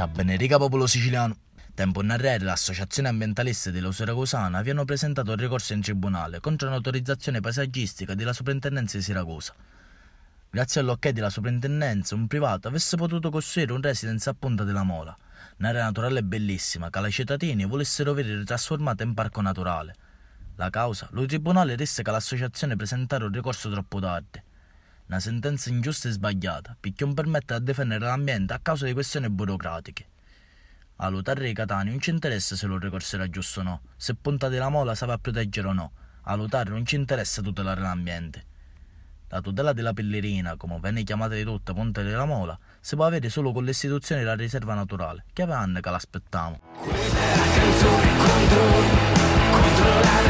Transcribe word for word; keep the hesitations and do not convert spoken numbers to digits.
Sa benedica popolo siciliano. Tempo narrare l'associazione ambientalista della Siracusana avevano presentato un ricorso in tribunale contro un'autorizzazione paesaggistica della soprintendenza di Siracusa. Grazie all'ok della soprintendenza, un privato avesse potuto costruire un residence a Punta della Mola, un'area naturale bellissima che i cittadini volessero vedere trasformata in parco naturale. La causa? Lo tribunale disse che l'associazione presentare un ricorso troppo tardi. Una sentenza ingiusta e sbagliata, perché non permette di difendere l'ambiente a causa di questioni burocratiche. All'Utarre di Catania non ci interessa se lo ricorso era giusto o no, se Punta della Mola sa va a proteggere o no. All'Utarre non ci interessa tutelare l'ambiente. La tutela della Pellerina, come viene chiamata di tutta Punta della Mola, si può avere solo con l'istituzione della riserva naturale, che aveva anni che l'aspettavamo. Questa è la canzone contro, contro la